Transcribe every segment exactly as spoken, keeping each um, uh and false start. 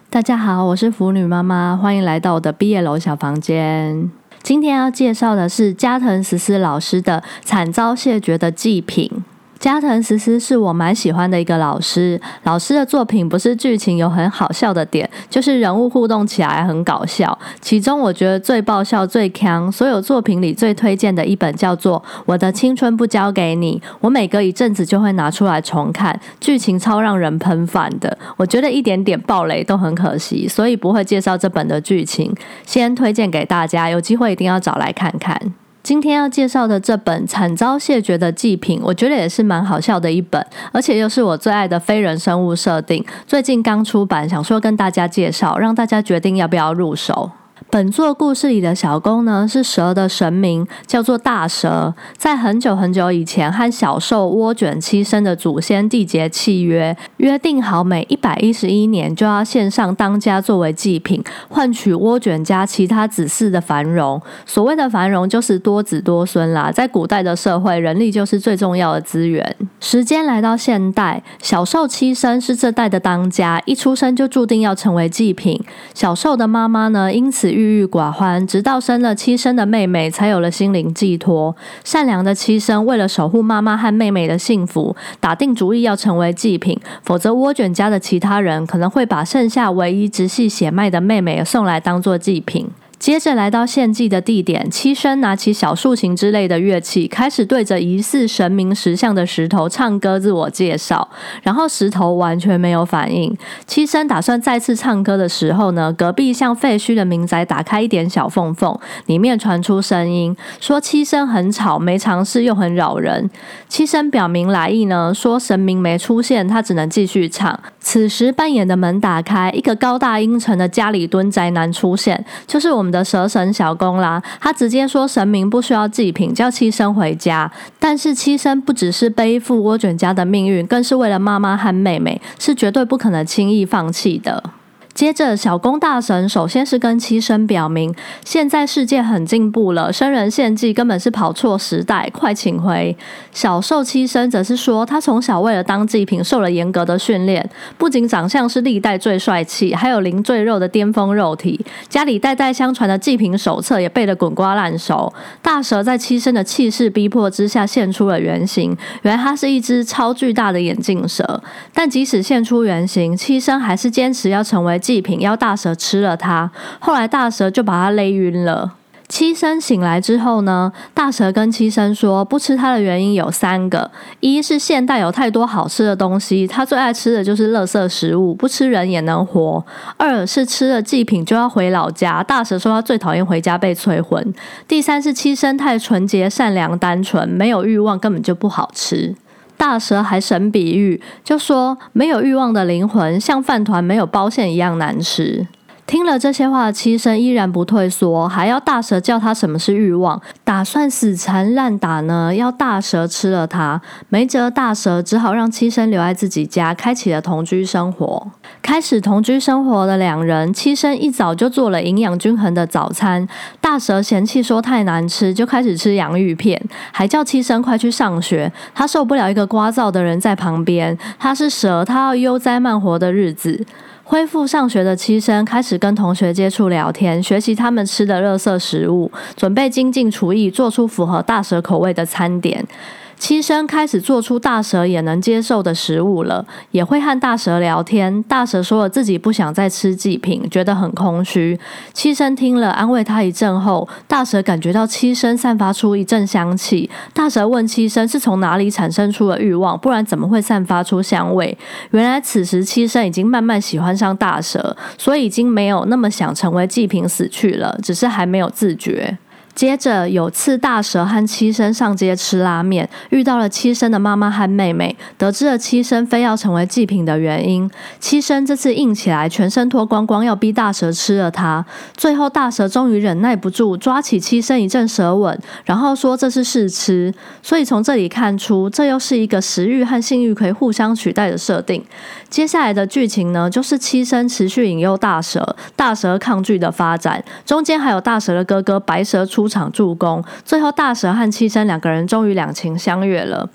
大家好，我是腐女妈妈，欢迎来到我的毕业楼小房间。今天要介绍的是加藤实施老师的惨遭谢绝的祭品。加藤实施是我蛮喜欢的一个老师，老师的作品不是剧情有很好笑的点，就是人物互动起来很搞笑。其中我觉得最爆笑最鏘，所有作品里最推荐的一本叫做《我的青春不交给你》，我每隔一阵子就会拿出来重看，剧情超让人喷饭的，我觉得一点点爆雷都很可惜，所以不会介绍这本的剧情，先推荐给大家，有机会一定要找来看看。今天要介绍的这本惨遭谢绝的祭品，我觉得也是蛮好笑的一本，而且又是我最爱的非人生物设定，最近刚出版，想说跟大家介绍，让大家决定要不要入手。本作故事里的小公呢，是蛇的神明，叫做大蛇。在很久很久以前，和小兽涡卷七生的祖先缔结契约，约定好每一百一十一年就要献上当家作为祭品，换取涡卷家其他子嗣的繁荣。所谓的繁荣就是多子多孙啦，在古代的社会，人力就是最重要的资源。时间来到现代，小兽七生是这代的当家，一出生就注定要成为祭品。小兽的妈妈呢，因此郁郁寡欢，直到生了七生的妹妹，才有了心灵寄托。善良的七生为了守护妈妈和妹妹的幸福，打定主意要成为祭品，否则涡卷家的其他人可能会把剩下唯一直系血脉的妹妹送来当作祭品。接着来到献祭的地点，七生拿起小竖琴之类的乐器，开始对着疑似神明石像的石头唱歌自我介绍，然后石头完全没有反应。七生打算再次唱歌的时候呢，隔壁像废墟的民宅打开一点小缝缝，里面传出声音，说七生很吵，没尝试又很扰人。七生表明来意呢，说神明没出现，他只能继续唱。此时扮演的门打开，一个高大阴沉的家里蹲宅男出现，就是我们的蛇神小公啦。他直接说神明不需要祭品，叫七生回家。但是七生不只是背负涡卷家的命运，更是为了妈妈和妹妹，是绝对不可能轻易放弃的。接着小公大神首先是跟七生表明，现在世界很进步了，生人献祭根本是跑错时代，快请回。小兽七生则是说，他从小为了当祭品受了严格的训练，不仅长相是历代最帅气，还有零赘肉的巅峰肉体，家里代代相传的祭品手册也背得滚瓜烂熟。大蛇在七生的气势逼迫之下现出了原形，原来它是一只超巨大的眼镜蛇，但即使现出原形，七生还是坚持要成为祭品，要大蛇吃了它。后来大蛇就把它勒晕了。七生醒来之后呢，大蛇跟七生说，不吃它的原因有三个：一是现代有太多好吃的东西，他最爱吃的就是垃圾食物，不吃人也能活；二是吃了祭品就要回老家，大蛇说他最讨厌回家被催婚；第三是七生太纯洁、善良、单纯，没有欲望，根本就不好吃。大蛇还神比喻，就说没有欲望的灵魂像饭团没有包馅一样难吃。听了这些话的七生依然不退缩，还要大蛇教他什么是欲望，打算死缠烂打呢，要大蛇吃了他。没辙，大蛇只好让七生留在自己家，开启了同居生活。开始同居生活的两人，七生一早就做了营养均衡的早餐，大蛇嫌弃说太难吃，就开始吃洋芋片，还叫七生快去上学，他受不了一个聒噪的人在旁边，他是蛇，他要悠哉慢活的日子。恢复上学的七生开始跟同学接触聊天，学习他们吃的垃圾食物，准备精进厨艺，做出符合大蛇口味的餐点。七生开始做出大蛇也能接受的食物了，也会和大蛇聊天。大蛇说了自己不想再吃祭品，觉得很空虚。七生听了安慰他一阵后，大蛇感觉到七生散发出一阵香气。大蛇问七生是从哪里产生出了欲望，不然怎么会散发出香味？原来此时七生已经慢慢喜欢上大蛇，所以已经没有那么想成为祭品死去了，只是还没有自觉。接着有次大蛇和七生上街吃拉面，遇到了七生的妈妈和妹妹，得知了七生非要成为祭品的原因。七生这次硬起来，全身脱光光，要逼大蛇吃了他。最后大蛇终于忍耐不住，抓起七生一阵舌吻，然后说这是试吃。所以从这里看出，这又是一个食欲和性欲可以互相取代的设定。接下来的剧情呢，就是七生持续引诱大蛇，大蛇抗拒的发展，中间还有大蛇的哥哥白蛇出场助攻，最后大蛇和七生两个人终于两情相悦了。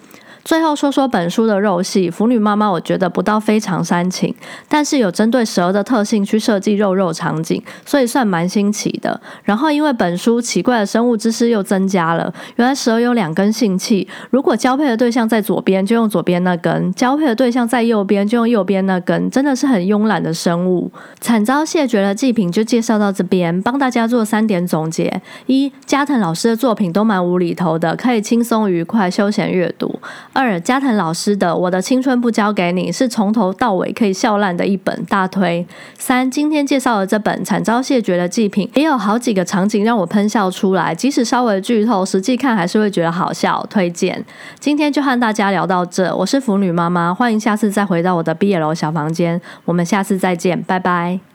最后说说本书的肉戏，腐女妈妈我觉得不到非常煽情，但是有针对蛇的特性去设计肉肉场景，所以算蛮新奇的。然后因为本书奇怪的生物知识又增加了，原来蛇有两根性器，如果交配的对象在左边就用左边那根，交配的对象在右边就用右边那根，真的是很慵懒的生物。惨遭谢绝的祭品就介绍到这边，帮大家做三点总结：一、加藤老师的作品都蛮无厘头的，可以轻松愉快休闲阅读。二、加藤老师的《我的青春不交给你》是从头到尾可以笑烂的一本，大推。三、今天介绍的这本惨遭谢绝的祭品也有好几个场景让我喷笑出来，即使稍微剧透，实际看还是会觉得好笑，推荐。今天就和大家聊到这，我是腐女妈妈，欢迎下次再回到我的 B L 小房间，我们下次再见，拜拜。